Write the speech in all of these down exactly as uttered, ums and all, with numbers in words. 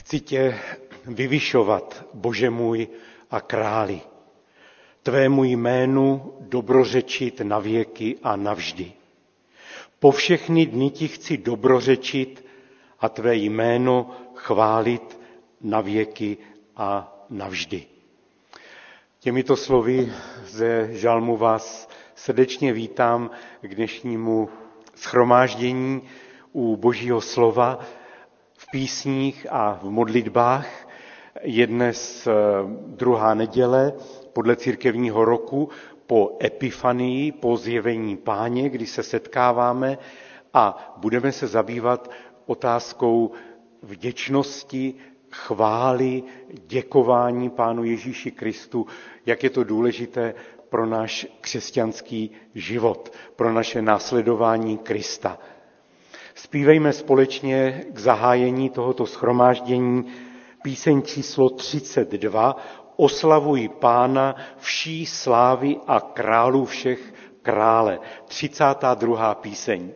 Chci tě vyvyšovat, Bože můj a králi, tvému jménu dobrořečit na věky a navždy. Po všechny dny ti chci dobrořečit a tvé jméno chválit na věky a navždy. Těmito slovy ze žalmu vás srdečně vítám k dnešnímu shromáždění u Božího slova v písních a v modlitbách. Je dnes druhá neděle podle církevního roku po Epifanii, po zjevení Páně, kdy se setkáváme a budeme se zabývat otázkou vděčnosti, chvály, děkování Pánu Ježíši Kristu, jak je to důležité pro náš křesťanský život, pro naše následování Krista. Zpívejme společně k zahájení tohoto shromáždění píseň číslo třicet dva, Oslavuj Pána, vší slávy a králu všech krále. třicátá druhá píseň.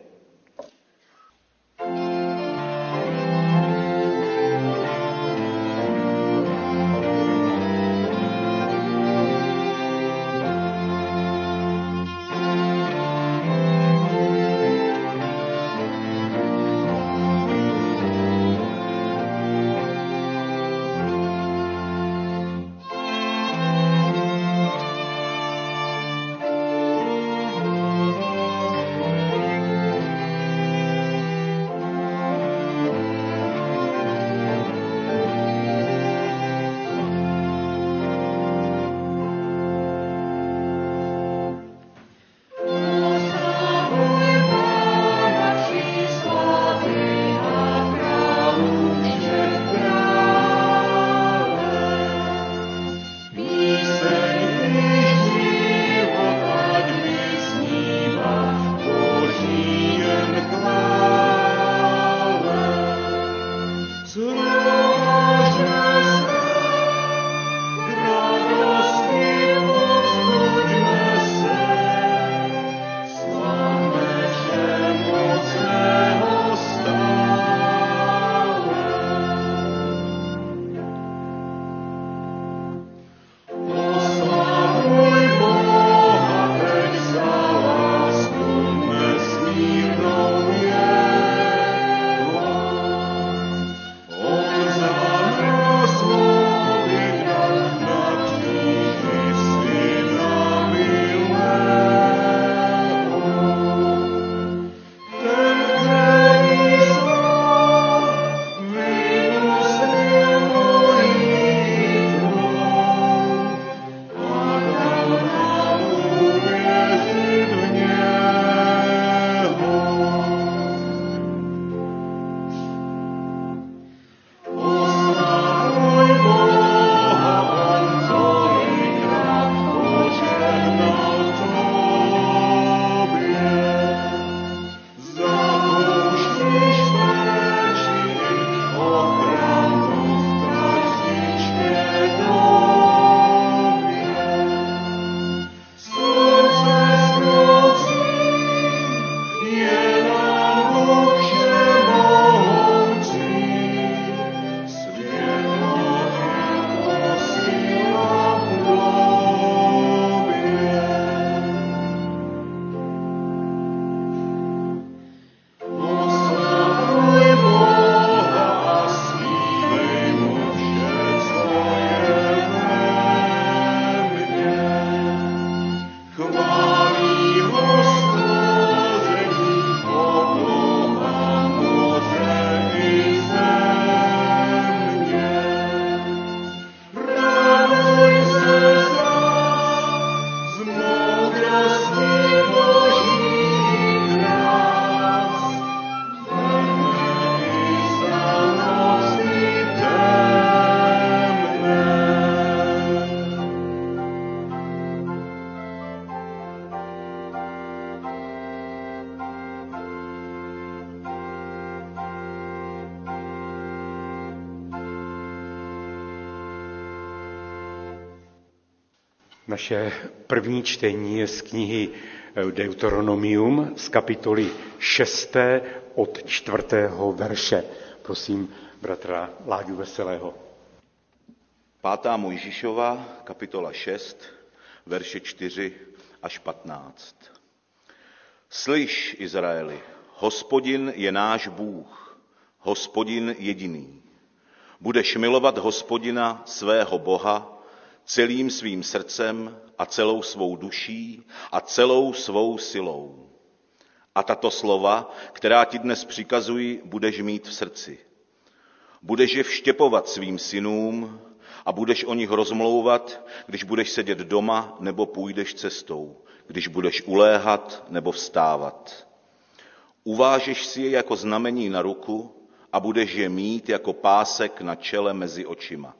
Naše první čtení je z knihy Deuteronomium z kapitoly šesté od čtvrtého verše. prosím bratra Láďu Veselého. Pátá Mojžíšova, kapitola šest, verše čtyři až patnáct. Slyš, Izraeli, Hospodin je náš Bůh, Hospodin jediný. Budeš milovat Hospodina, svého Boha, celým svým srdcem a celou svou duší a celou svou silou. A tato slova, která ti dnes přikazuji, budeš mít v srdci. Budeš je vštěpovat svým synům a budeš o nich rozmlouvat, když budeš sedět doma nebo půjdeš cestou, když budeš uléhat nebo vstávat. Uvážeš si je jako znamení na ruku a budeš je mít jako pásek na čele mezi očima.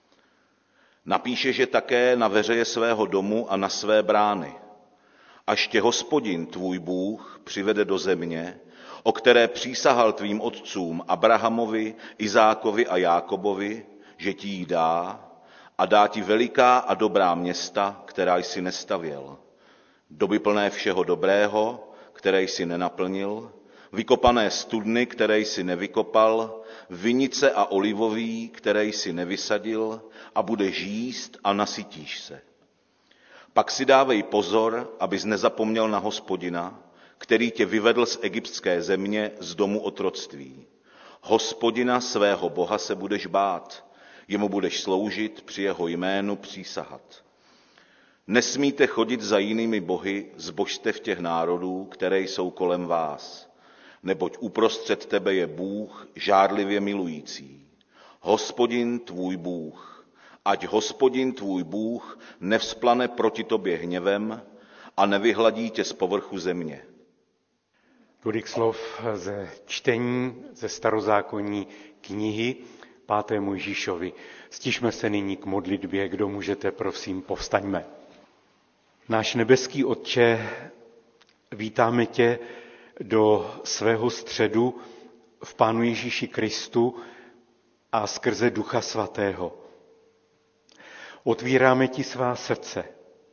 Napíšeš je také na veřeje svého domu a na své brány. Až tě Hospodin, tvůj Bůh, přivede do země, o které přísahal tvým otcům Abrahamovi, Izákovi a Jákobovi, že ti ji dá, a dá ti veliká a dobrá města, která jsi nestavěl, doby plné všeho dobrého, které jsi nenaplnil, vykopané studny, které jsi nevykopal, vinice a olivový, které jsi nevysadil, a budeš jíst a nasytíš se. Pak si dávej pozor, abys nezapomněl na Hospodina, který tě vyvedl z egyptské země, z domu otroctví. Hospodina, svého Boha, se budeš bát, jemu budeš sloužit, při jeho jménu přísahat. Nesmíte chodit za jinými bohy z božstev těch národů, které jsou kolem vás, neboť uprostřed tebe je Bůh žárlivě milující. Hospodin tvůj Bůh. Ať Hospodin tvůj Bůh nevzplane proti tobě hněvem a nevyhladí tě z povrchu země. Tolik slov ze čtení ze starozákonní knihy páté Mojžíšovi. Stižme se nyní k modlitbě, kdo můžete, prosím, povstaňme. Náš nebeský Otče, vítáme tě do svého středu v Pánu Ježíši Kristu a skrze Ducha Svatého. Otvíráme ti svá srdce.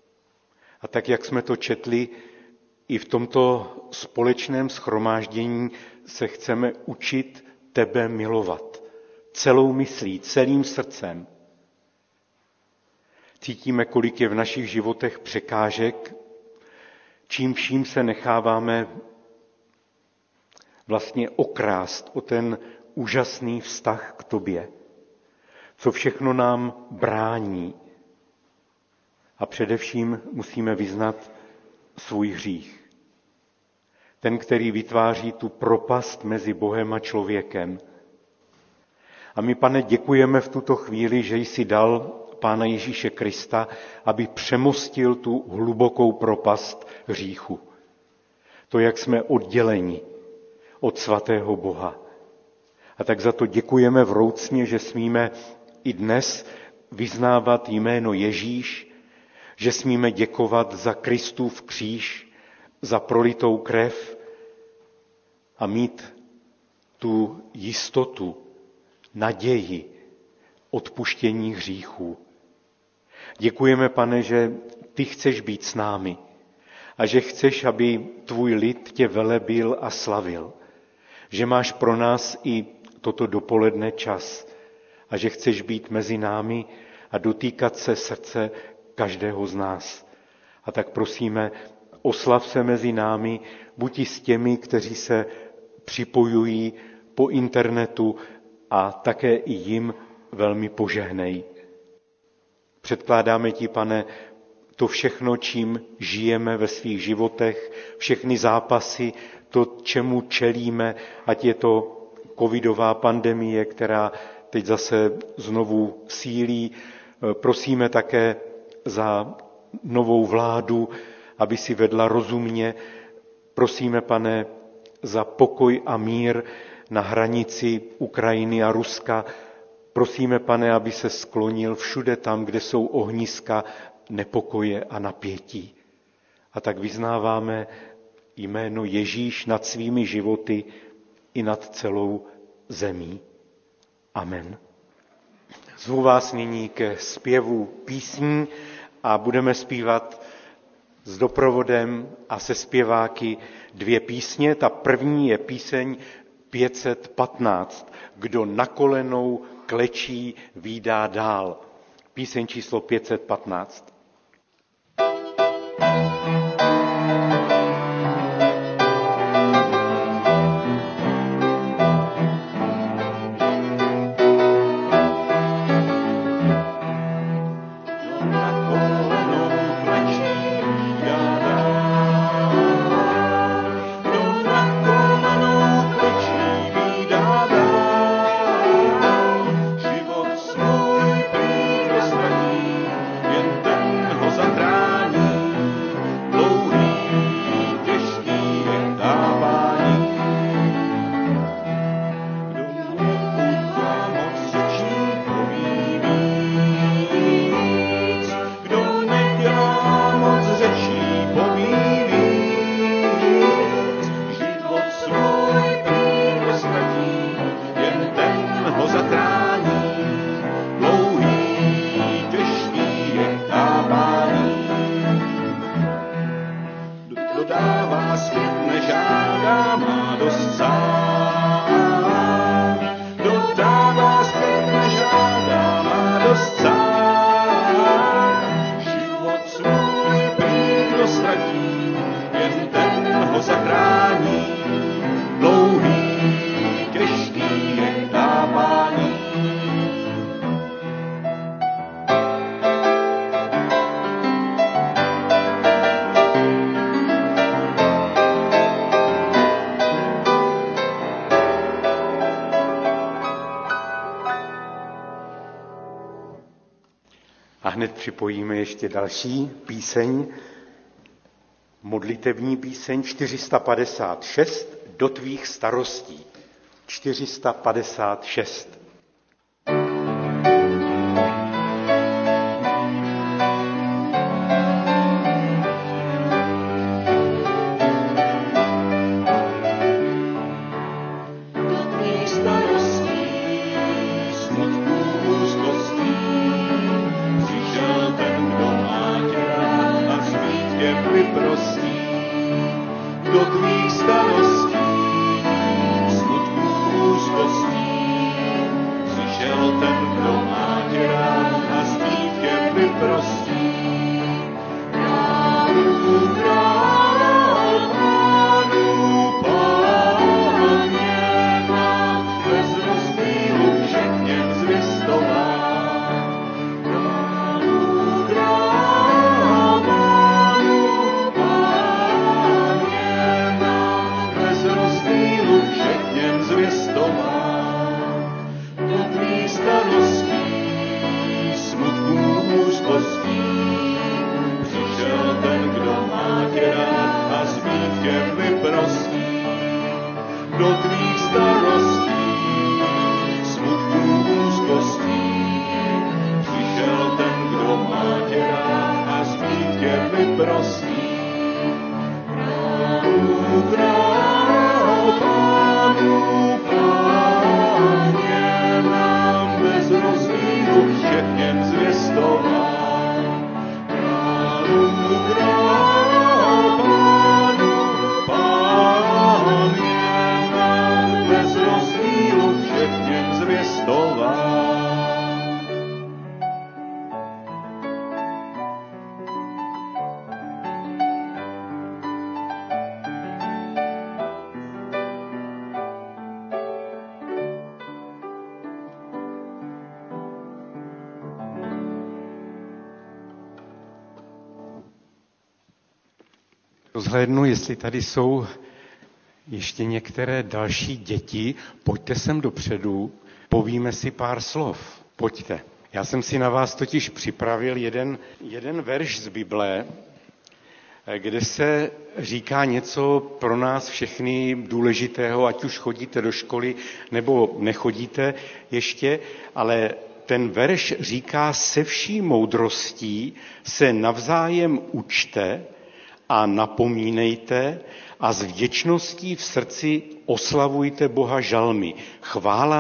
A tak, jak jsme to četli, i v tomto společném shromáždění se chceme učit tebe milovat. Celou myslí, celým srdcem. Cítíme, kolik je v našich životech překážek, čím vším se necháváme vlastně okrást o ten úžasný vztah k tobě. Co všechno nám brání. A především musíme vyznat svůj hřích. Ten, který vytváří tu propast mezi Bohem a člověkem. A my, Pane, děkujeme v tuto chvíli, že jsi dal Pána Ježíše Krista, aby přemostil tu hlubokou propast hříchu. To, jak jsme odděleni od svatého Boha. A tak za to děkujeme vroucně, že smíme i dnes vyznávat jméno Ježíš, že smíme děkovat za Kristův kříž, za prolitou krev a mít tu jistotu, naději, odpuštění hříchů. Děkujeme, Pane, že ty chceš být s námi a že chceš, aby tvůj lid tě velebil a slavil. Že máš pro nás i toto dopoledne čas a že chceš být mezi námi a dotýkat se srdce každého z nás. A tak prosíme, oslav se mezi námi, buď i s těmi, kteří se připojují po internetu a také i jim velmi požehnej. Předkládáme ti, Pane, to všechno, čím žijeme ve svých životech, všechny zápasy, to, čemu čelíme, ať je to covidová pandemie, která teď zase znovu sílí. Prosíme také za novou vládu, aby si vedla rozumně. Prosíme, Pane, za pokoj a mír na hranici Ukrajiny a Ruska. Prosíme, Pane, aby se sklonil všude tam, kde jsou ohniska nepokoje a napětí. A tak vyznáváme jméno Ježíš nad svými životy i nad celou zemí. Amen. Zvu vás nyní ke zpěvu písní a budeme zpívat s doprovodem a se zpěváky dvě písně. Ta první je píseň pět set patnáct. Kdo na kolenou klečí, vídá dál. Píseň číslo pět set patnáct. A hned připojíme ještě další píseň, modlitevní píseň čtyři sta padesát šest, Do tvých starostí. čtyři sta padesát šest. Rozhlédnu, jestli tady jsou ještě některé další děti. Pojďte sem dopředu, povíme si pár slov. Pojďte. Já jsem si na vás totiž připravil jeden, jeden verš z Bible, kde se říká něco pro nás všechny důležitého, ať už chodíte do školy nebo nechodíte ještě, ale ten verš říká: se vší moudrostí se navzájem učte a napomínejte a s vděčností v srdci oslavujte Boha žalmy. Chvála,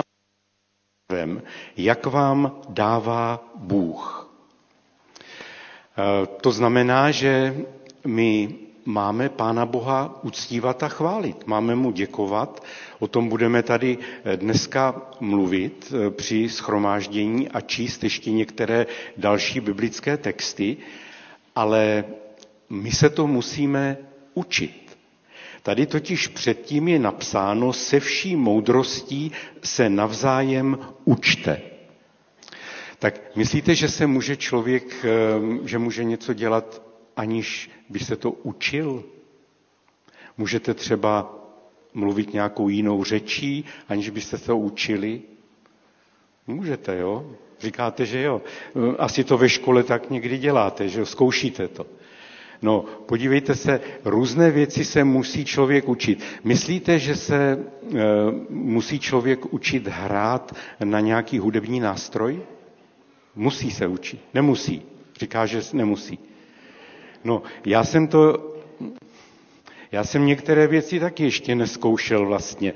jak vám dává Bůh. To znamená, že my máme Pána Boha uctívat a chválit. Máme mu děkovat. O tom budeme tady dneska mluvit při shromáždění a číst ještě některé další biblické texty, ale my se to musíme učit. Tady totiž předtím je napsáno, se vší moudrostí se navzájem učte. Tak myslíte, že se může člověk, že může něco dělat, aniž by se to učil? Můžete třeba mluvit nějakou jinou řečí, aniž byste to učili? Můžete, jo? Říkáte, že jo. Asi to ve škole tak někdy děláte, že jo? Zkoušíte to. No, podívejte se, různé věci se musí člověk učit. Myslíte, že se e, musí člověk učit hrát na nějaký hudební nástroj? Musí se učit. Nemusí. Říká, že nemusí. No, já jsem to, já jsem některé věci taky ještě nezkoušel vlastně.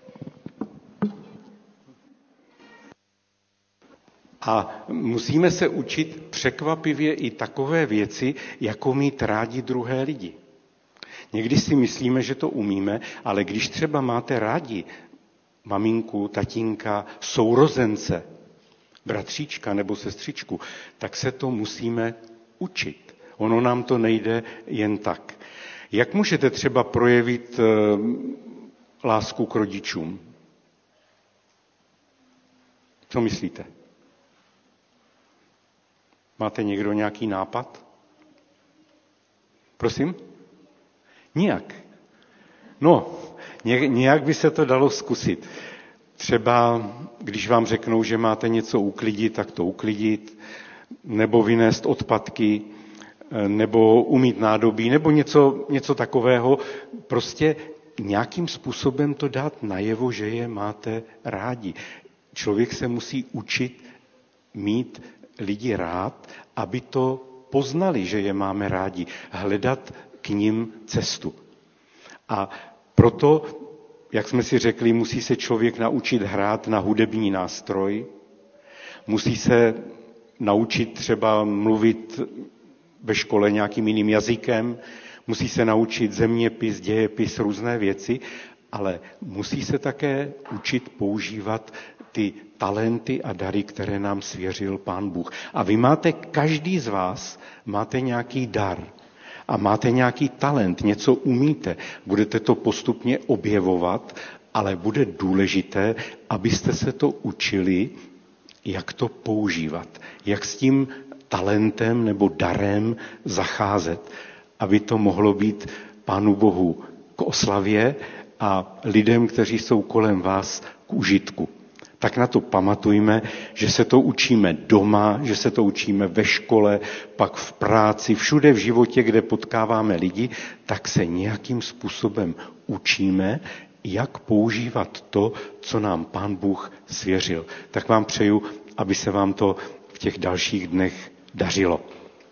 A musíme se učit překvapivě i takové věci, jako mít rádi druhé lidi. Někdy si myslíme, že to umíme, ale když třeba máte rádi maminku, tatínka, sourozence, bratříčka nebo sestřičku, tak se to musíme učit. Ono nám to nejde jen tak. Jak můžete třeba projevit lásku k rodičům? Co myslíte? Máte někdo nějaký nápad? Prosím? Nijak. No, nějak by se to dalo zkusit. Třeba, když vám řeknou, že máte něco uklidit, tak to uklidit, nebo vynést odpadky, nebo umýt nádobí, nebo něco, něco takového. Prostě nějakým způsobem to dát najevo, že je máte rádi. Člověk se musí učit mít lidi rád, aby to poznali, že je máme rádi, hledat k nim cestu. A proto, jak jsme si řekli, musí se člověk naučit hrát na hudební nástroj, musí se naučit třeba mluvit ve škole nějakým jiným jazykem, musí se naučit zeměpis, dějepis, různé věci, ale musí se také učit používat ty talenty a dary, které nám svěřil Pán Bůh. A vy máte, každý z vás máte nějaký dar a máte nějaký talent, něco umíte. Budete to postupně objevovat, ale bude důležité, abyste se to učili, jak to používat, jak s tím talentem nebo darem zacházet, aby to mohlo být Pánu Bohu k oslavě a lidem, kteří jsou kolem vás, k užitku. Tak na to pamatujme, že se to učíme doma, že se to učíme ve škole, pak v práci, všude v životě, kde potkáváme lidi, tak se nějakým způsobem učíme, jak používat to, co nám Pán Bůh svěřil. Tak vám přeju, aby se vám to v těch dalších dnech dařilo.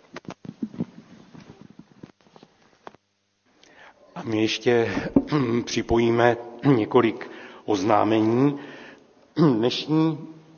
A my ještě připojíme několik oznámení. Dnešní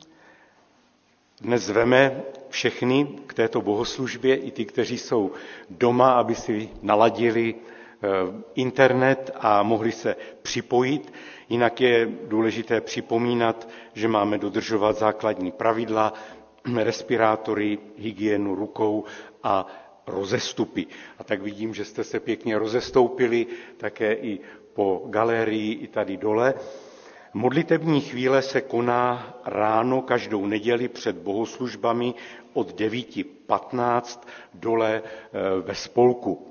dnes zveme všechny k této bohoslužbě, i ty, kteří jsou doma, aby si naladili internet a mohli se připojit. Jinak je důležité připomínat, že máme dodržovat základní pravidla, respirátory, hygienu rukou a rozestupy. A tak vidím, že jste se pěkně rozestoupili také i po galerii, i tady dole. Modlitební chvíle se koná ráno každou neděli před bohoslužbami od devět patnáct dole ve spolku.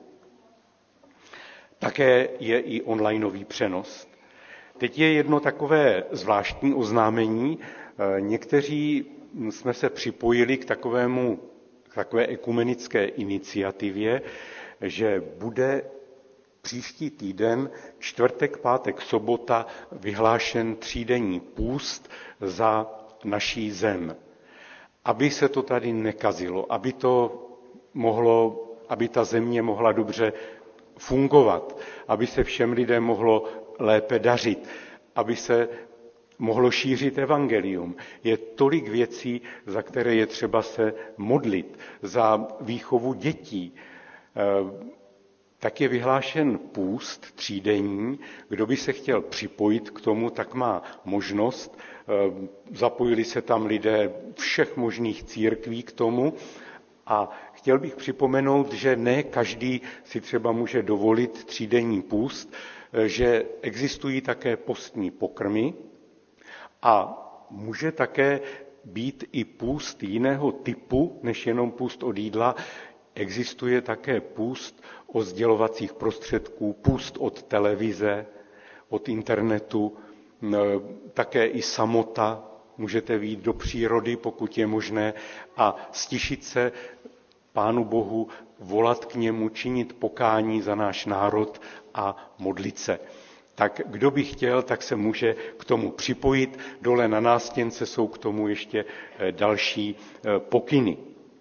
Také je i onlineový přenos. Teď je jedno takové zvláštní oznámení. Někteří jsme se připojili k takovému, k takové ekumenické iniciativě, že bude příští týden, čtvrtek, pátek, sobota, vyhlášen třídenní půst za naší zem. Aby se to tady nekazilo, aby to mohlo, aby ta země mohla dobře fungovat, aby se všem lidem mohlo lépe dařit, aby se mohlo šířit evangelium. Je tolik věcí, za které je třeba se modlit, za výchovu dětí, tak je vyhlášen půst třídenní. Kdo by se chtěl připojit k tomu, tak má možnost. Zapojili se tam lidé všech možných církví k tomu. A chtěl bych připomenout, že ne každý si třeba může dovolit třídenní půst, že existují také postní pokrmy a může také být i půst jiného typu, než jenom půst od jídla. Existuje také půst od sdělovacích prostředků, půst od televize, od internetu, také i samota. Můžete vyjít do přírody, pokud je možné, a stišit se Pánu Bohu, volat k němu, činit pokání za náš národ a modlit se. Tak kdo by chtěl, tak se může k tomu připojit. Dole na nástěnce jsou k tomu ještě další pokyny.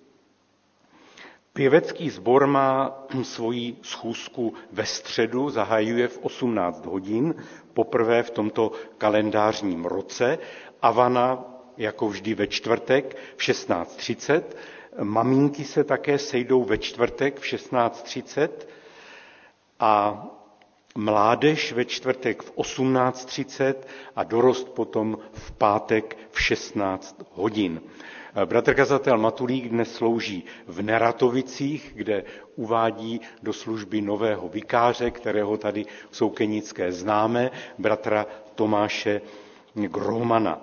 Pěvecký sbor má svoji schůzku ve středu, zahajuje v osmnáct hodin, poprvé v tomto kalendářním roce. Avana, jako vždy ve čtvrtek, v šestnáct třicet. Maminky se také sejdou ve čtvrtek v šestnáct třicet a mládež ve čtvrtek v osmnáct třicet a dorost potom v pátek v šestnáct hodin. Bratr kazatel Matulík dnes slouží v Neratovicích, kde uvádí do služby nového vikáře, kterého tady v Soukenické známe, bratra Tomáše Gromana.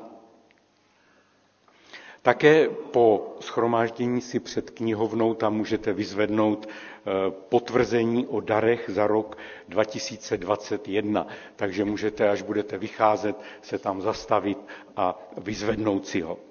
Také po shromáždění si před knihovnou tam můžete vyzvednout potvrzení o darech za rok dva tisíce dvacet jedna. Takže můžete, až budete vycházet, se tam zastavit a vyzvednout si ho.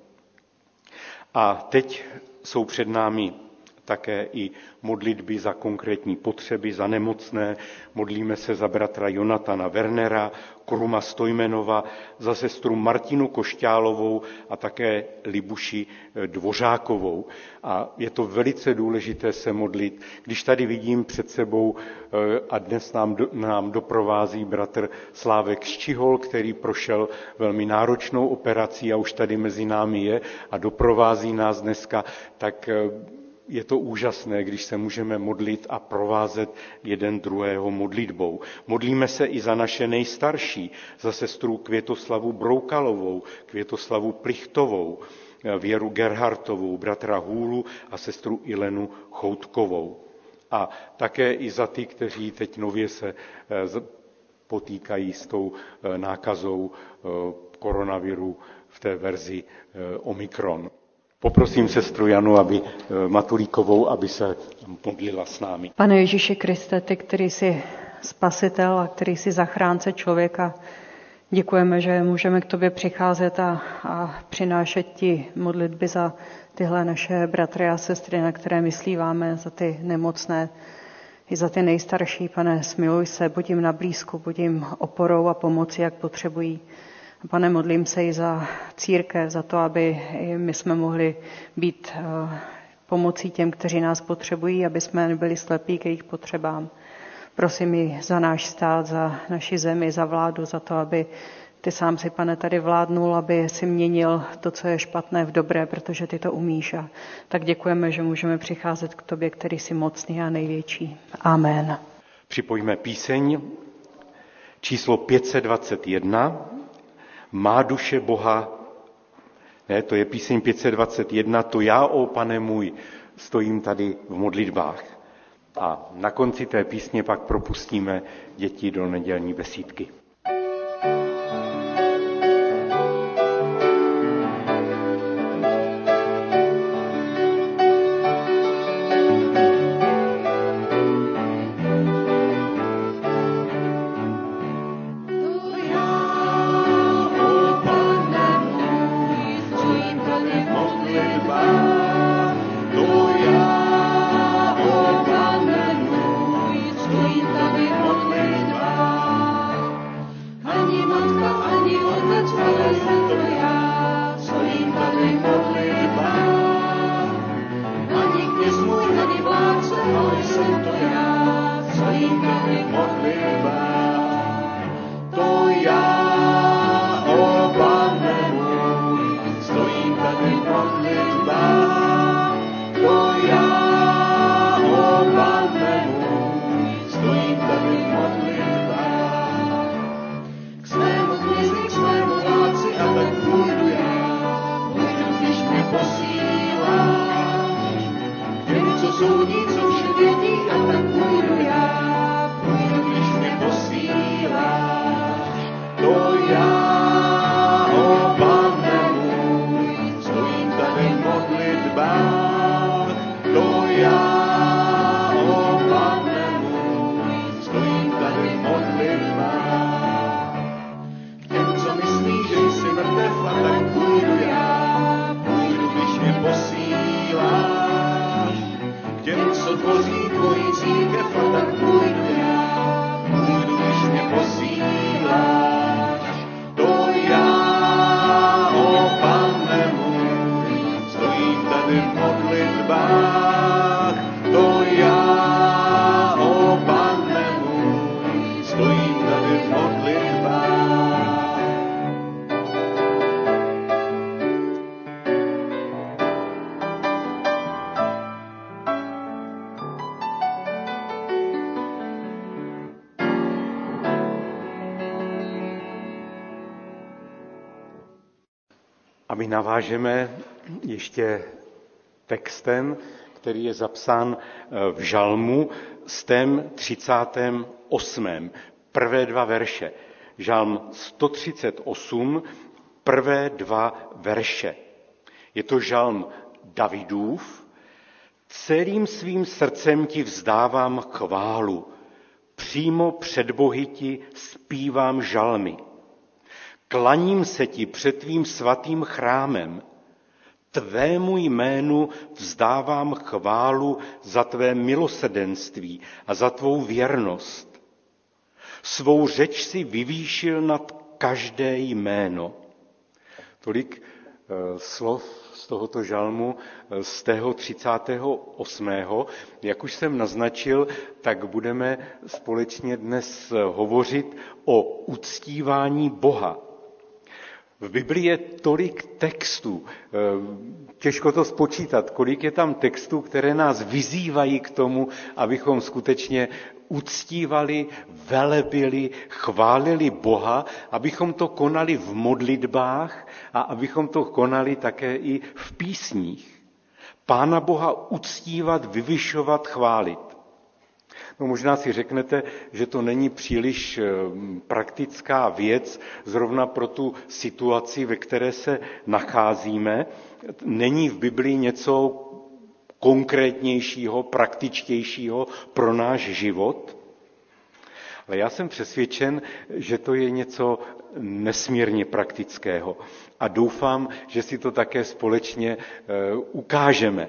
A teď jsou před námi také i modlitby za konkrétní potřeby, za nemocné. Modlíme se za bratra Jonatana Wernera, Kruma Stojmenova, za sestru Martinu Košťálovou a také Libuši Dvořákovou. A je to velice důležité se modlit. Když tady vidím před sebou, a dnes nám, nám doprovází bratr Slávek Ščihol, který prošel velmi náročnou operací a už tady mezi námi je a doprovází nás dneska, tak je to úžasné, když se můžeme modlit a provázet jeden druhého modlitbou. Modlíme se i za naše nejstarší, za sestru Květoslavu Broukalovou, Květoslavu Plichtovou, Věru Gerhartovou, bratra Hůlu a sestru Ilenu Choutkovou. A také i za ty, kteří teď nově se potýkají s tou nákazou koronaviru v té verzi Omikron. Poprosím sestru Janu, aby Matulíkovou, aby se modlila s námi. Pane Ježíši Kriste, ty, který jsi spasitel a který jsi zachránce člověka, děkujeme, že můžeme k tobě přicházet a, a přinášet ti modlitby za tyhle naše bratry a sestry, na které myslíváme, za ty nemocné i za ty nejstarší. Pane, smiluj se, buď jim na blízku, buď jim oporou a pomoci, jak potřebují. Pane, modlím se i za církev, za to, aby my jsme mohli být pomocí těm, kteří nás potřebují, aby jsme nebyli slepí k jejich potřebám. Prosím i za náš stát, za naši zemi, za vládu, za to, aby ty sám si, Pane, tady vládnul, aby si měnil to, co je špatné v dobré, protože ty to umíš. A tak děkujeme, že můžeme přicházet k tobě, který jsi mocný a největší. Amen. Připojíme píseň číslo pět set dvacet jedna. Má duše Boha, ne, to je píseň pět set dvacet jedna, to já, ó Pane můj, stojím tady v modlitbách. A na konci té písně pak propustíme děti do nedělní besídky. Stojím tady v modlitbách. soudí, co vše vědí, a tak půjdu já, půjdu, když mě posíláš. To já, o Pane můj, stojím tady v modlitbách. To já, o Pane můj, stojím tady v modlitbách. K těm, co myslí, že jsi mrtev, a tak půjdu já, půjdu, když mě posíláš. K těm, co tvoří tvojí církev, a tak půjdu já, půjdu, když mě posíláš. To já, o Pane můj, stojím tady v modlitbách. To já, o Pane můj, stojím tady v modlitbách. A my navážeme ještě textem, který je zapsán v žalmu, stem třicátém osmém Prvé dva verše. Žalm sto třicet osm, prvé dva verše. Je to žalm Davidův. Celým svým srdcem ti vzdávám chválu, přímo před Bohy ti zpívám žalmy. Klaním se ti před tvým svatým chrámem, tvému jménu vzdávám chválu za tvé milosrdenství a za tvou věrnost. Svou řeč si vyvýšil nad každé jméno. Tolik uh, slov z tohoto žalmu z tého třicátého osmého Jak už jsem naznačil, tak budeme společně dnes hovořit o uctívání Boha. V Biblii je tolik textů, těžko to spočítat, kolik je tam textů, které nás vyzývají k tomu, abychom skutečně uctívali, velebili, chválili Boha, abychom to konali v modlitbách a abychom to konali také i v písních. Pána Boha uctívat, vyvyšovat, chválit. No možná si řeknete, že to není příliš praktická věc zrovna pro tu situaci, ve které se nacházíme. Není v Biblii něco konkrétnějšího, praktičtějšího pro náš život. Ale já jsem přesvědčen, že to je něco nesmírně praktického. A doufám, že si to také společně ukážeme.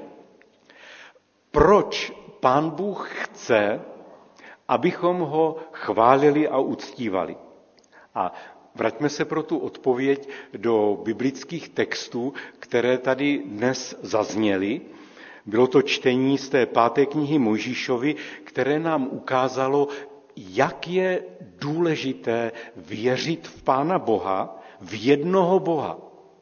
Proč Pán Bůh chce, abychom ho chválili a uctívali? A vraťme se pro tu odpověď do biblických textů, které tady dnes zazněly. Bylo to čtení z té páté knihy Mojžíšovi, které nám ukázalo, jak je důležité věřit v Pána Boha, v jednoho Boha.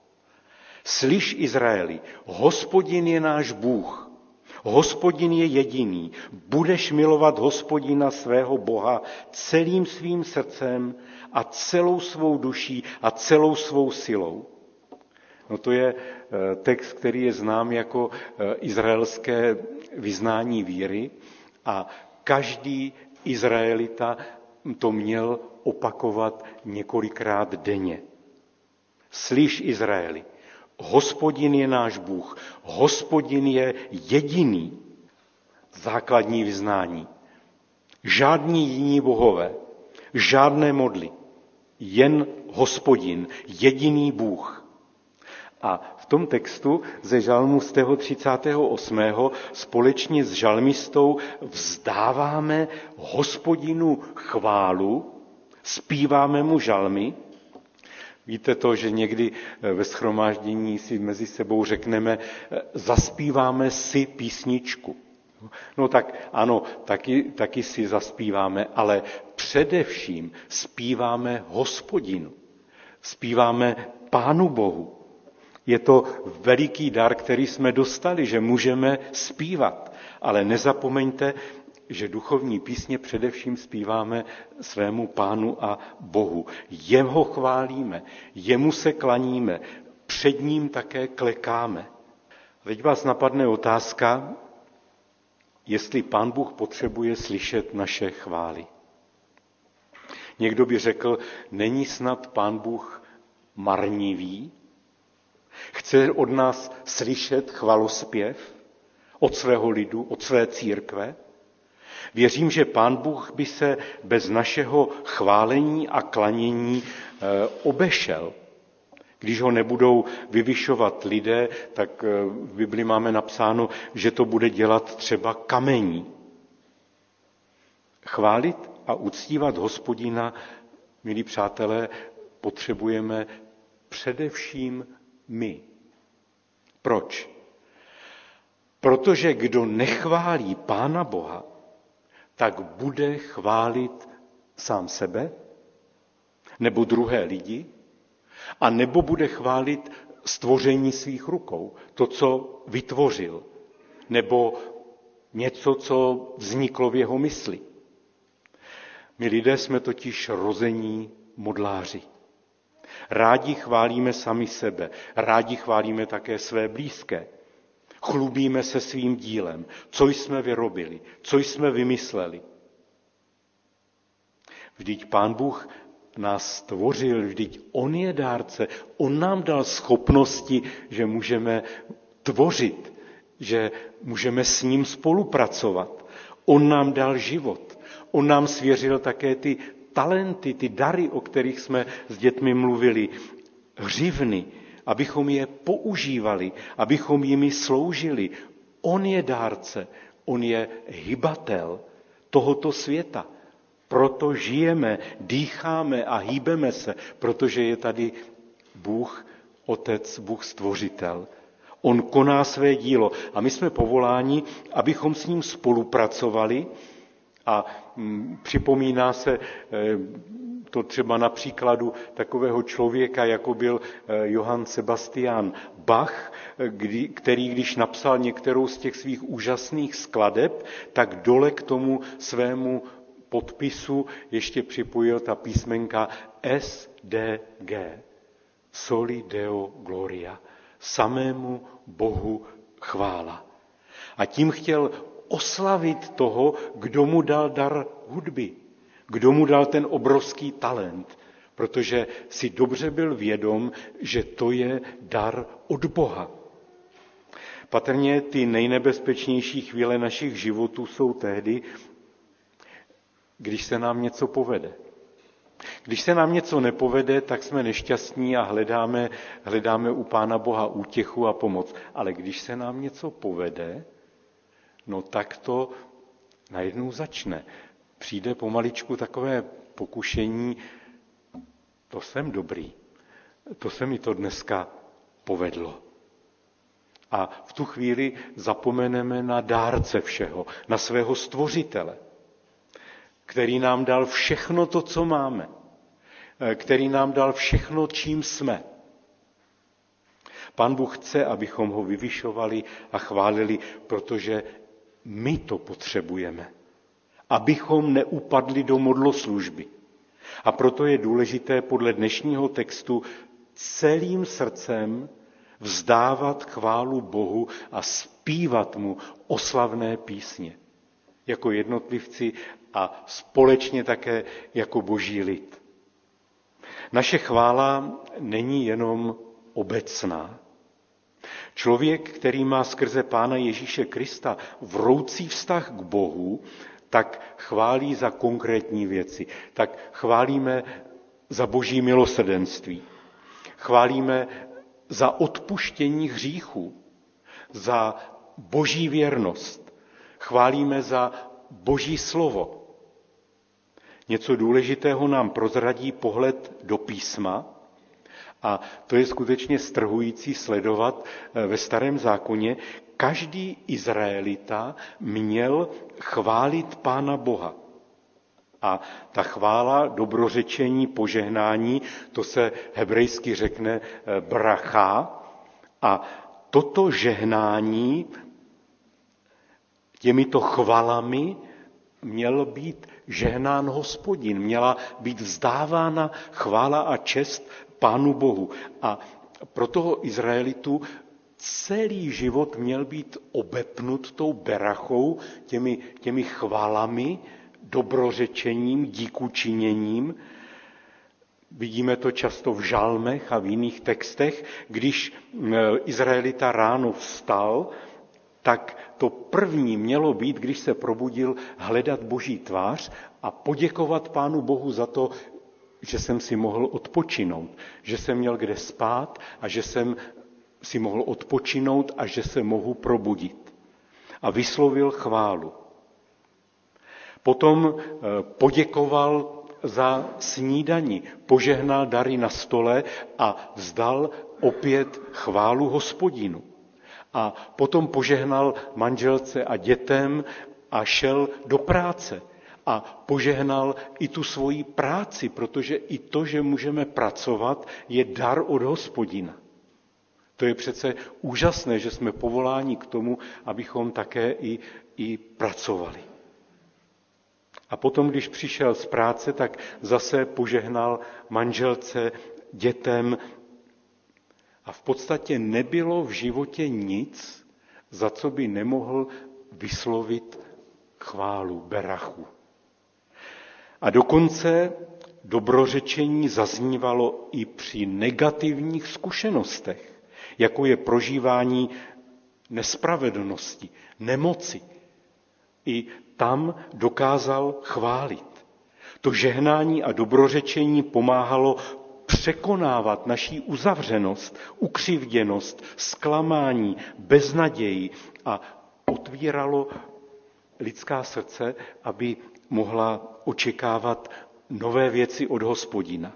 Slyš, Izraeli, Hospodin je náš Bůh. Hospodin je jediný. Budeš milovat Hospodina svého Boha celým svým srdcem a celou svou duší a celou svou silou. No to je text, který je znám jako izraelské vyznání víry a každý Izraelita to měl opakovat několikrát denně. Slyš, Izraeli, Hospodin je náš Bůh, Hospodin je jediný. Základní vyznání. Žádní jiní bohové, žádné modly, jen Hospodin, jediný Bůh. A v tom textu ze žalmu z toho třicátého osmého společně s žalmistou vzdáváme Hospodinu chválu, zpíváme mu žalmy. Víte to, že někdy ve shromáždění si mezi sebou řekneme, zaspíváme si písničku. No tak ano, taky, taky si zaspíváme, ale především zpíváme Hospodinu. Zpíváme Pánu Bohu. Je to veliký dar, který jsme dostali, že můžeme zpívat. Ale nezapomeňte, že duchovní písně především zpíváme svému Pánu a Bohu. Jeho chválíme, jemu se klaníme, před ním také klekáme. Teď vás napadne otázka, jestli Pán Bůh potřebuje slyšet naše chvály. Někdo by řekl, není snad Pán Bůh marnivý? Chce od nás slyšet chvalospěv od svého lidu, od své církve? Věřím, že Pán Bůh by se bez našeho chválení a klanění obešel. Když ho nebudou vyvyšovat lidé, tak v Bibli máme napsáno, že to bude dělat třeba kamení. Chválit a uctívat Hospodina, milí přátelé, potřebujeme především my. Proč? Protože kdo nechválí Pána Boha, tak bude chválit sám sebe, nebo druhé lidi, a nebo bude chválit stvoření svých rukou, to, co vytvořil, nebo něco, co vzniklo v jeho mysli. My lidé jsme totiž rození modláři. Rádi chválíme sami sebe, rádi chválíme také své blízké. Chlubíme se svým dílem, co jsme vyrobili, co jsme vymysleli. Vždyť Pán Bůh nás stvořil, vždyť on je dárce, on nám dal schopnosti, že můžeme tvořit, že můžeme s ním spolupracovat. On nám dal život, on nám svěřil také ty talenty, ty dary, o kterých jsme s dětmi mluvili, hřivny, abychom je používali, abychom jimi sloužili. On je dárce, on je hybatel tohoto světa. Proto žijeme, dýcháme a hýbeme se, protože je tady Bůh, Otec, Bůh Stvořitel. On koná své dílo a my jsme povoláni, abychom s ním spolupracovali a hm, připomíná se to třeba na příkladu takového člověka, jako byl Johann Sebastian Bach, kdy, který když napsal některou z těch svých úžasných skladeb, tak dole k tomu svému podpisu ještě připojil ta písmenka S D G. Soli Deo Gloria. Samému Bohu chvála. A tím chtěl oslavit toho, kdo mu dal dar hudby, kdo mu dal ten obrovský talent, protože si dobře byl vědom, že to je dar od Boha. Patrně ty nejnebezpečnější chvíle našich životů jsou tehdy, když se nám něco povede. Když se nám něco nepovede, tak jsme nešťastní a hledáme, hledáme u Pána Boha útěchu a pomoc. Ale když se nám něco povede, no tak to najednou začne. Přijde pomaličku takové pokušení, to jsem dobrý, to se mi to dneska povedlo. A v tu chvíli zapomeneme na dárce všeho, na svého stvořitele, který nám dal všechno to, co máme, který nám dal všechno, čím jsme. Pán Bůh chce, abychom ho vyvyšovali a chválili, protože my to potřebujeme, abychom neupadli do modloslužby. A proto je důležité podle dnešního textu celým srdcem vzdávat chválu Bohu a zpívat mu oslavné písně. Jako jednotlivci a společně také jako boží lid. Naše chvála není jenom obecná. Člověk, který má skrze Pána Ježíše Krista vroucí vztah k Bohu, tak chválí za konkrétní věci. Tak chválíme za boží milosrdenství. Chválíme za odpuštění hříchů, za boží věrnost. Chválíme za boží slovo. Něco důležitého nám prozradí pohled do písma a to je skutečně strhující sledovat ve Starém zákoně. Každý Izraelita měl chválit Pána Boha. A ta chvála, dobrořečení, požehnání, to se hebrejsky řekne bracha. A toto žehnání těmito chvalami měl být žehnán Hospodin, měla být vzdávána chvála a čest Pánu Bohu. A pro toho Izraelitu celý život měl být obepnut tou berachou, těmi, těmi chválami, dobrořečením, díkučiněním. Vidíme to často v žalmech a v jiných textech. Když Izraelita ráno vstal, tak to první mělo být, když se probudil, hledat Boží tvář a poděkovat Pánu Bohu za to, že jsem si mohl odpočinout, že jsem měl kde spát a že jsem si mohl odpočinout a že se mohu probudit. A vyslovil chválu. Potom poděkoval za snídani, požehnal dary na stole a vzdal opět chválu Hospodinu. A potom požehnal manželce a dětem a šel do práce. A požehnal i tu svoji práci, protože i to, že můžeme pracovat, je dar od Hospodina. To je přece úžasné, že jsme povoláni k tomu, abychom také i, i pracovali. A potom, když přišel z práce, tak zase požehnal manželce, dětem. A v podstatě nebylo v životě nic, za co by nemohl vyslovit chválu, berachu. A dokonce dobrořečení zaznívalo i při negativních zkušenostech, jako je prožívání nespravedlnosti, nemoci. I tam dokázal chválit. To žehnání a dobrořečení pomáhalo překonávat naší uzavřenost, ukřivděnost, zklamání, beznaději a otvíralo lidská srdce, aby mohla očekávat nové věci od Hospodina.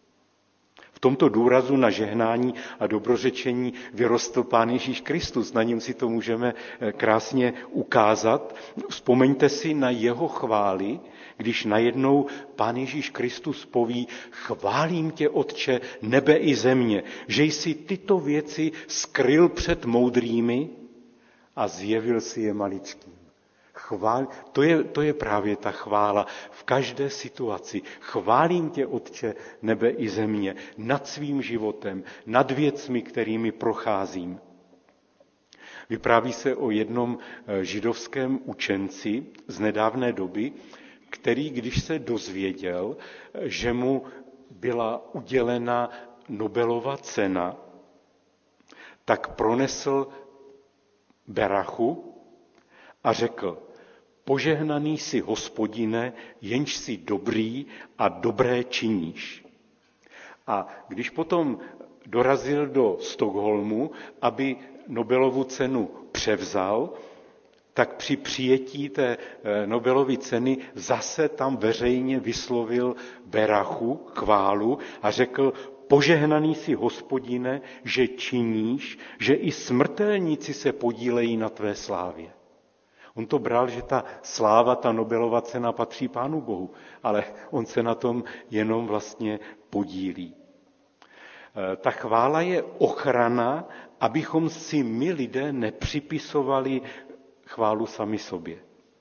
V tomto důrazu na žehnání a dobrořečení vyrostl Pán Ježíš Kristus. Na něm si to můžeme krásně ukázat. Vzpomeňte si na jeho chvály, když najednou Pán Ježíš Kristus poví: chválím tě, Otče, nebe i země, že jsi tyto věci skryl před moudrými a zjevil si je maličkým. Chvál, to, je, to je právě ta chvála v každé situaci. Chválím tě, Otče, nebe i země, nad svým životem, nad věcmi, kterými procházím. Vypráví se o jednom židovském učenci z nedávné doby, který, když se dozvěděl, že mu byla udělena Nobelova cena, tak pronesl berachu a řekl: požehnaný jsi, Hospodine, jenž jsi dobrý a dobré činíš. A když potom dorazil do Stockholmu, aby Nobelovu cenu převzal, tak při přijetí té Nobelovy ceny zase tam veřejně vyslovil berachu, chválu a řekl: požehnaný jsi, Hospodine, že činíš, že i smrtelníci se podílejí na tvé slávě. On to bral, že ta sláva, ta Nobelova cena patří Pánu Bohu, ale on se na tom jenom vlastně podílí. Ta chvála je ochrana, abychom si my lidé nepřipisovali chválu sami sobě.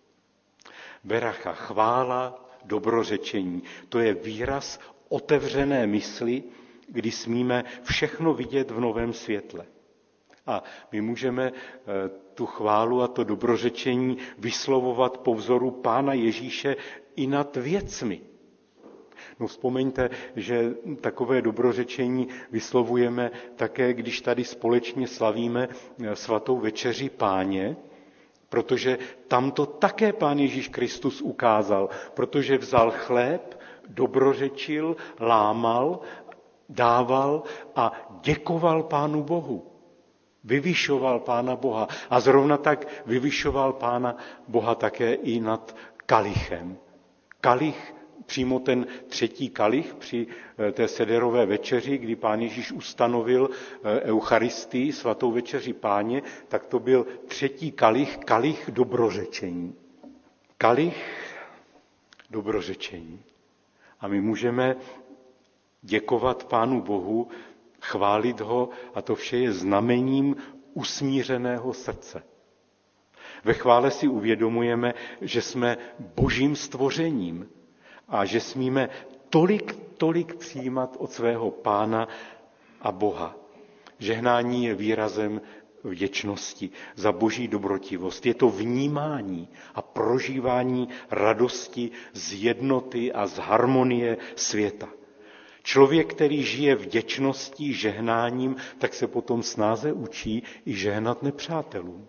Beracha, chvála, dobrořečení, to je výraz otevřené mysli, kdy smíme všechno vidět v novém světle. A my můžeme tu chválu a to dobrořečení vyslovovat po vzoru Pána Ježíše i nad věcmi. No vzpomeňte, že takové dobrořečení vyslovujeme také, když tady společně slavíme svatou večeři Páně, protože tam to také Pán Ježíš Kristus ukázal, protože vzal chléb, dobrořečil, lámal, dával a děkoval Pánu Bohu. Vyvyšoval Pána Boha a zrovna tak vyvyšoval Pána Boha také i nad kalichem. Kalich, přímo ten třetí kalich při té sederové večeři, kdy Pán Ježíš ustanovil Eucharistii, svatou večeři Páně, tak to byl třetí kalich, kalich dobrořečení. Kalich dobrořečení. A my můžeme děkovat Pánu Bohu, chválit ho, a to vše je znamením usmířeného srdce. Ve chvále si uvědomujeme, že jsme Božím stvořením a že smíme tolik, tolik přijímat od svého Pána a Boha. Žehnání je výrazem vděčnosti za boží dobrotivost. Je to vnímání a prožívání radosti z jednoty a z harmonie světa. Člověk, který žije vděčností, žehnáním, tak se potom snáze učí i žehnat nepřátelům.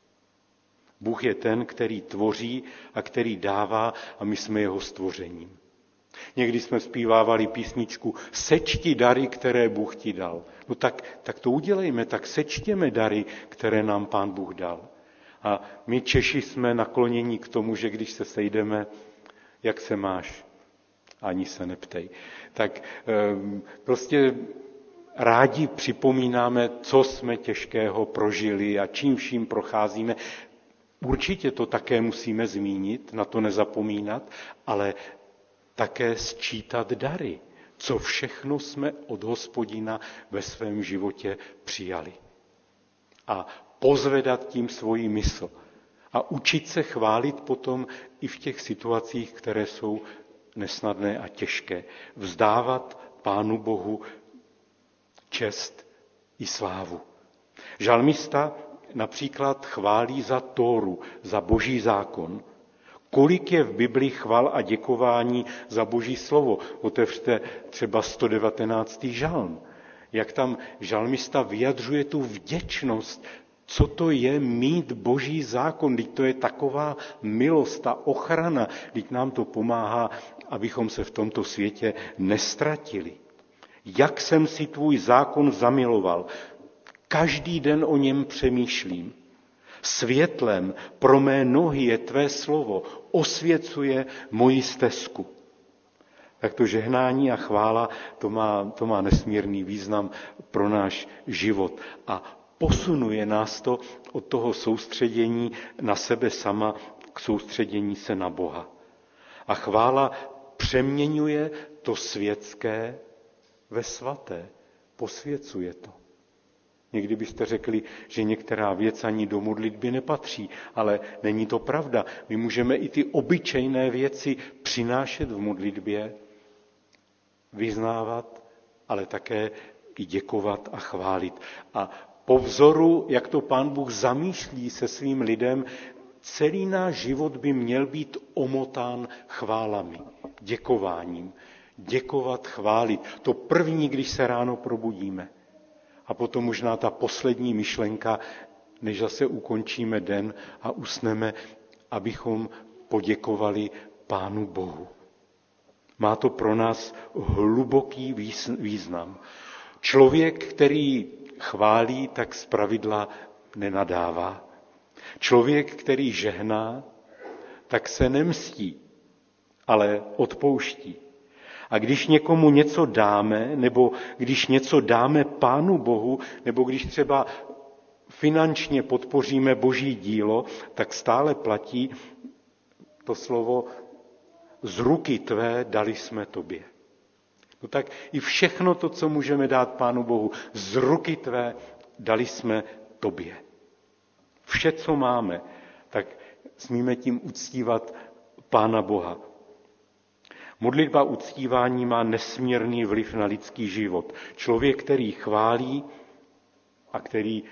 Bůh je ten, který tvoří a který dává a my jsme jeho stvořením. Někdy jsme zpívávali písničku Sečti dary, které Bůh ti dal. No tak, tak to udělejme, tak sečtěme dary, které nám Pán Bůh dal. A my Češi jsme nakloněni k tomu, že když se sejdeme, jak se máš, ani se neptej. Tak prostě rádi připomínáme, co jsme těžkého prožili a čím vším procházíme. Určitě to také musíme zmínit, na to nezapomínat, ale také sčítat dary, co všechno jsme od Hospodina ve svém životě přijali. A pozvedat tím svoji mysl. A učit se chválit potom i v těch situacích, které jsou nesnadné a těžké. Vzdávat Pánu Bohu čest i slávu. Žalmista například chválí za Tóru, za boží zákon. Kolik je v Bibli chval a děkování za boží slovo? Otevřte třeba sto devatenáctý žalm. Jak tam žalmista vyjadřuje tu vděčnost, co to je mít boží zákon, když to je taková milost a ochrana, když nám to pomáhá, abychom se v tomto světě nestratili. Jak jsem si tvůj zákon zamiloval, každý den o něm přemýšlím. Světlem pro mé nohy je tvé slovo, osvěcuje moji stezku. Tak to žehnání a chvála, to má, to má nesmírný význam pro náš život. A posunuje nás to od toho soustředění na sebe sama k soustředění se na Boha. A chvála přeměňuje to světské ve svaté, posvěcuje to. Někdy byste řekli, že některá věc ani do modlitby nepatří, ale není to pravda. My můžeme i ty obyčejné věci přinášet v modlitbě, vyznávat, ale také i děkovat a chválit. A po vzoru, jak to Pán Bůh zamýšlí se svým lidem, celý náš život by měl být omotán chválami, děkováním. Děkovat, chválit. To první, když se ráno probudíme. A potom možná ta poslední myšlenka, než zase ukončíme den a usneme, abychom poděkovali Pánu Bohu. Má to pro nás hluboký význam. Člověk, který chválí, tak zpravidla nenadává. Člověk, který žehná, tak se nemstí, ale odpouští. A když někomu něco dáme, nebo když něco dáme Pánu Bohu, nebo když třeba finančně podpoříme Boží dílo, tak stále platí to slovo z ruky tvé dali jsme tobě. No tak i všechno to, co můžeme dát Pánu Bohu, z ruky tvé dali jsme tobě. Vše, co máme, tak smíme tím uctívat Pána Boha. Modlitba uctívání má nesmírný vliv na lidský život. Člověk, který chválí a který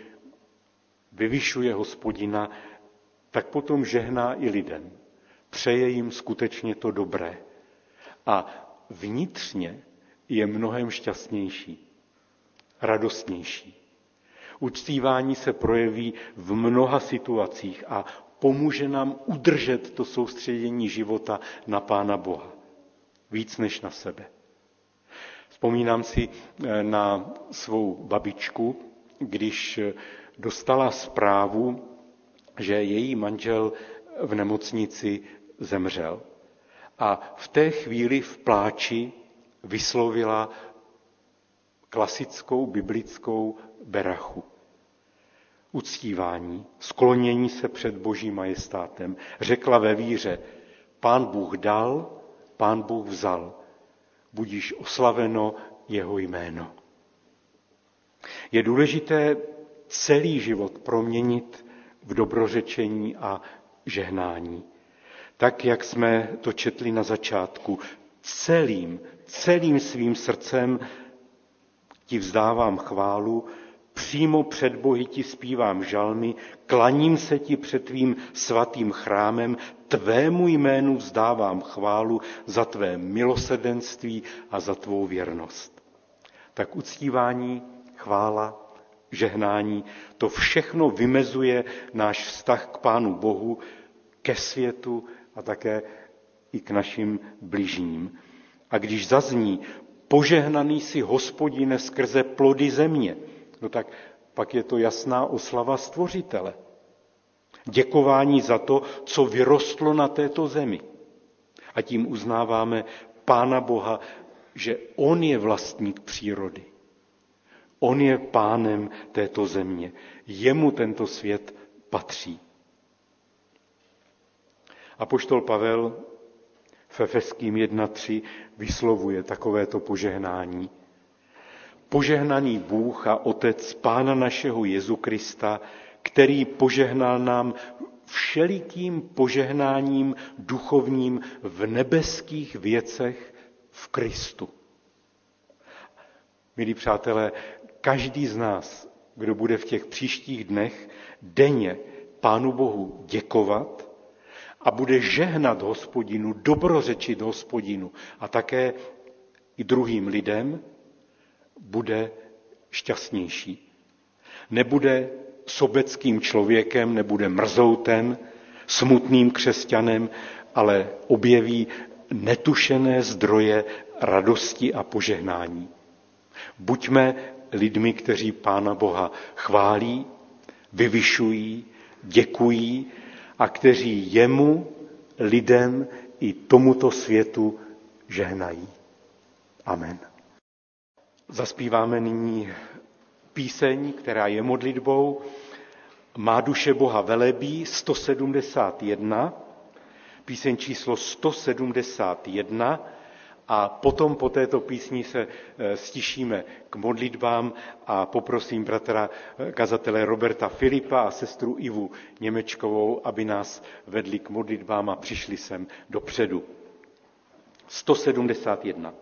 vyvyšuje Hospodina, tak potom žehná i lidem. Přeje jim skutečně to dobré. A vnitřně je mnohem šťastnější, radostnější. Uctívání se projeví v mnoha situacích a pomůže nám udržet to soustředění života na Pána Boha. Víc než na sebe. Vzpomínám si na svou babičku, když dostala zprávu, že její manžel v nemocnici zemřel. A v té chvíli v pláči vyslovila klasickou biblickou berachu. Uctívání, sklonění se před Božím majestátem. Řekla ve víře, Pán Bůh dal, Pán Bůh vzal, budíš oslaveno jeho jméno. Je důležité celý život proměnit v dobrořečení a žehnání. Tak, jak jsme to četli na začátku, celým, celým svým srdcem ti vzdávám chválu, přímo před Bohy ti zpívám žalmy, klaním se ti před tvým svatým chrámem, tvému jménu vzdávám chválu za tvé milosrdenství a za tvou věrnost. Tak uctívání, chvála, žehnání, to všechno vymezuje náš vztah k Pánu Bohu, ke světu a také i k našim bližním. A když zazní, požehnaný si Hospodine skrze plody země, no tak pak je to jasná oslava Stvořitele. Děkování za to, co vyrostlo na této zemi. A tím uznáváme Pána Boha, že on je vlastník přírody. On je pánem této země. Jemu tento svět patří. Apoštol Pavel v Efeským jedna tři vyslovuje takovéto požehnání. Požehnaný Bůh a Otec Pána našeho Jezu Krista, který požehnal nám všelikým požehnáním duchovním v nebeských věcech v Kristu. Milí přátelé, každý z nás, kdo bude v těch příštích dnech denně Pánu Bohu děkovat a bude žehnat Hospodinu, dobrořečit Hospodinu a také i druhým lidem, bude šťastnější. Nebude sobeckým člověkem, nebude mrzoutem, smutným křesťanem, ale objeví netušené zdroje radosti a požehnání. Buďme lidmi, kteří Pána Boha chválí, vyvyšují, děkují a kteří jemu, lidem i tomuto světu žehnají. Amen. Zaspíváme nyní píseň, která je modlitbou. Má duše Boha velebí sto sedmdesát jedna, píseň číslo sto sedmdesát jedna, a potom po této písni se stišíme k modlitbám a poprosím bratra kazatele Roberta Filipa a sestru Ivu Němečkovou, aby nás vedli k modlitbám a přišli sem dopředu. sto sedmdesát jedna.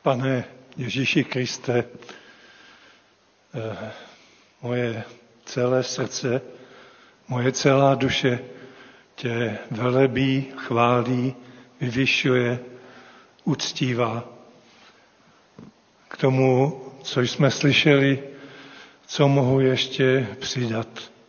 Pane Ježíši Kriste, moje celé srdce, moje celá duše tě velebí, chválí, vyvyšuje, uctívá. K tomu, co jsme slyšeli, co mohu ještě přidat.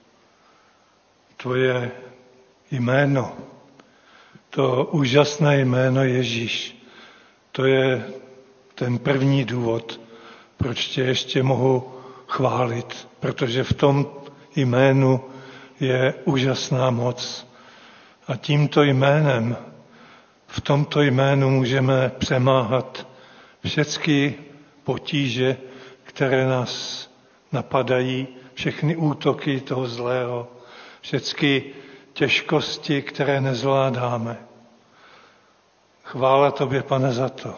Tvoje jméno, to úžasné jméno Ježíš, to je ten první důvod, proč tě ještě mohu chválit, protože v tom jménu je úžasná moc. A tímto jménem, v tomto jménu můžeme přemáhat všechny potíže, které nás napadají, všechny útoky toho zlého, všechny těžkosti, které nezvládáme. Chvála tobě, Pane, za to.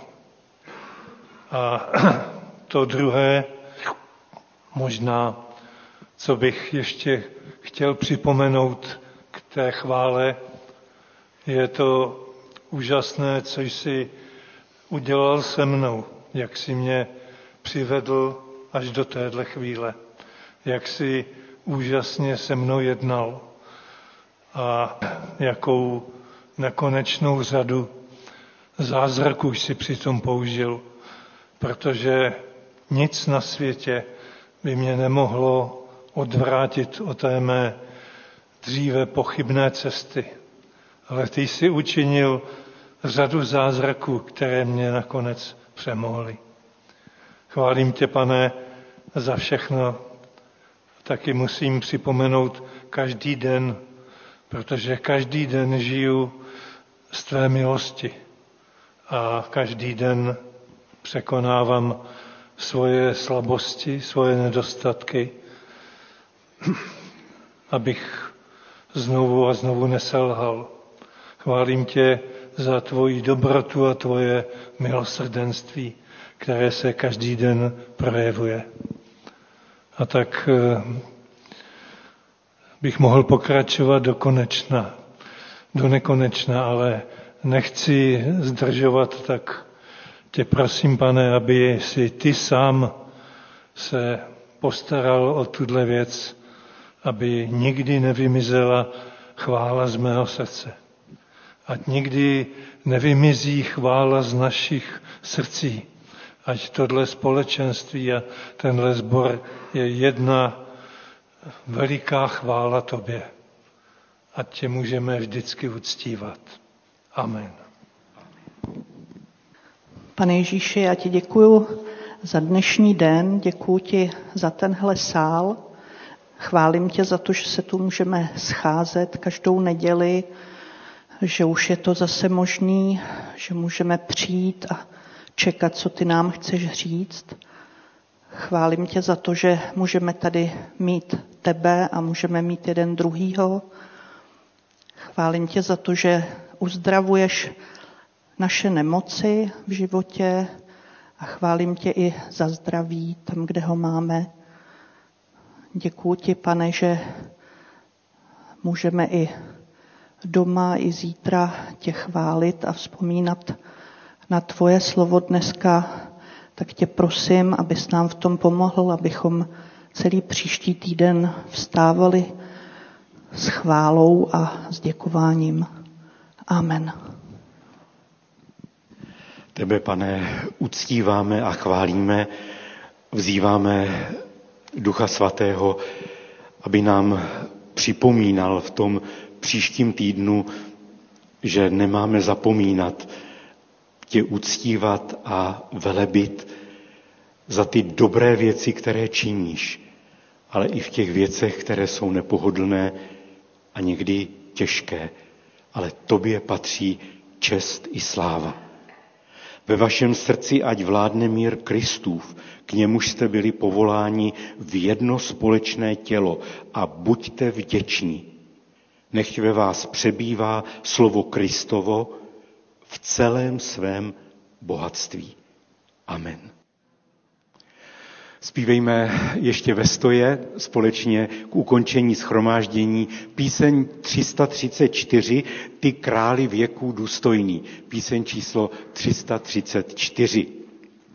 A to druhé, možná, co bych ještě chtěl připomenout k té chvále, je to úžasné, co jsi udělal se mnou, jak jsi mě přivedl až do téhle chvíle, jak jsi úžasně se mnou jednal a jakou nekonečnou řadu zázraků jsi přitom použil, protože nic na světě by mě nemohlo odvrátit od té mé dříve pochybné cesty. Ale ty jsi učinil řadu zázraků, které mě nakonec přemohly. Chválím tě, Pane, za všechno. Taky musím připomenout každý den, protože každý den žiju z tvé milosti a každý den překonávám svoje slabosti, svoje nedostatky, abych znovu a znovu neselhal. Chválím tě za tvoji dobrotu a tvoje milosrdenství, které se každý den projevuje. A tak bych mohl pokračovat do konečna, do nekonečna, ale nechci zdržovat, tak tě prosím, Pane, aby si ty sám se postaral o tuhle věc, aby nikdy nevymizela chvála z mého srdce. Ať nikdy nevymizí chvála z našich srdcí. Ať tohle společenství a tenhle sbor je jedna veliká chvála tobě. Ať tě můžeme vždycky uctívat. Amen. Pane Ježíši, já ti děkuju za dnešní den, děkuju ti za tenhle sál. Chválím tě za to, že se tu můžeme scházet každou neděli, že už je to zase možný, že můžeme přijít a čekat, co ty nám chceš říct. Chválím tě za to, že můžeme tady mít tebe a můžeme mít jeden druhýho. Chválím tě za to, že uzdravuješ naše nemoci v životě a chválím tě i za zdraví tam, kde ho máme. Děkuji ti, Pane, že můžeme i doma, i zítra tě chválit a vzpomínat na tvoje slovo dneska, tak tě prosím, abys nám v tom pomohl, abychom celý příští týden vstávali s chválou a s děkováním. Amen. Tebe, Pane, uctíváme a chválíme, vzýváme Ducha Svatého, aby nám připomínal v tom příštím týdnu, že nemáme zapomínat tě uctívat a velebit za ty dobré věci, které činíš, ale i v těch věcech, které jsou nepohodlné a někdy těžké. Ale tobě patří čest i sláva. Ve vašem srdci ať vládne mír Kristův, k němuž jste byli povoláni v jedno společné tělo a buďte vděční. Nechť ve vás přebývá slovo Kristovo v celém svém bohatství. Amen. Zpívejme ještě ve stoje společně k ukončení shromáždění píseň tři sta třicet čtyři, Ty králi věků důstojný, píseň číslo tři sta třicet čtyři.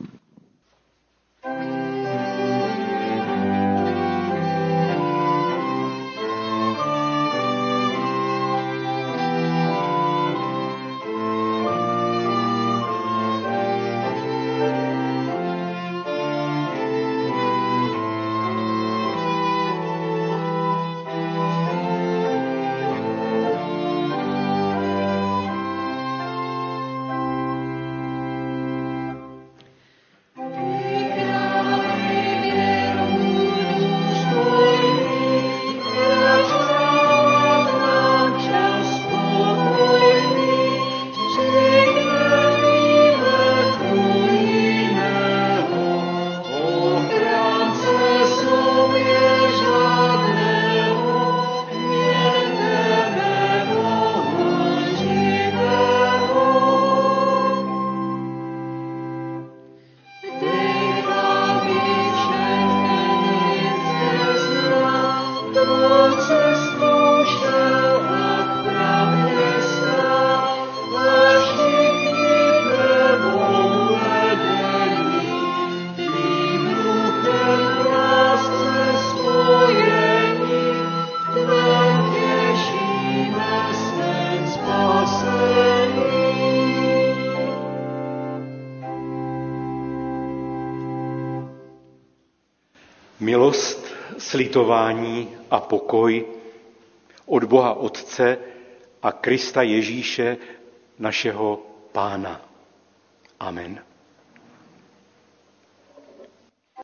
Milost, slitování a pokoj od Boha Otce a Krista Ježíše, našeho Pána. Amen.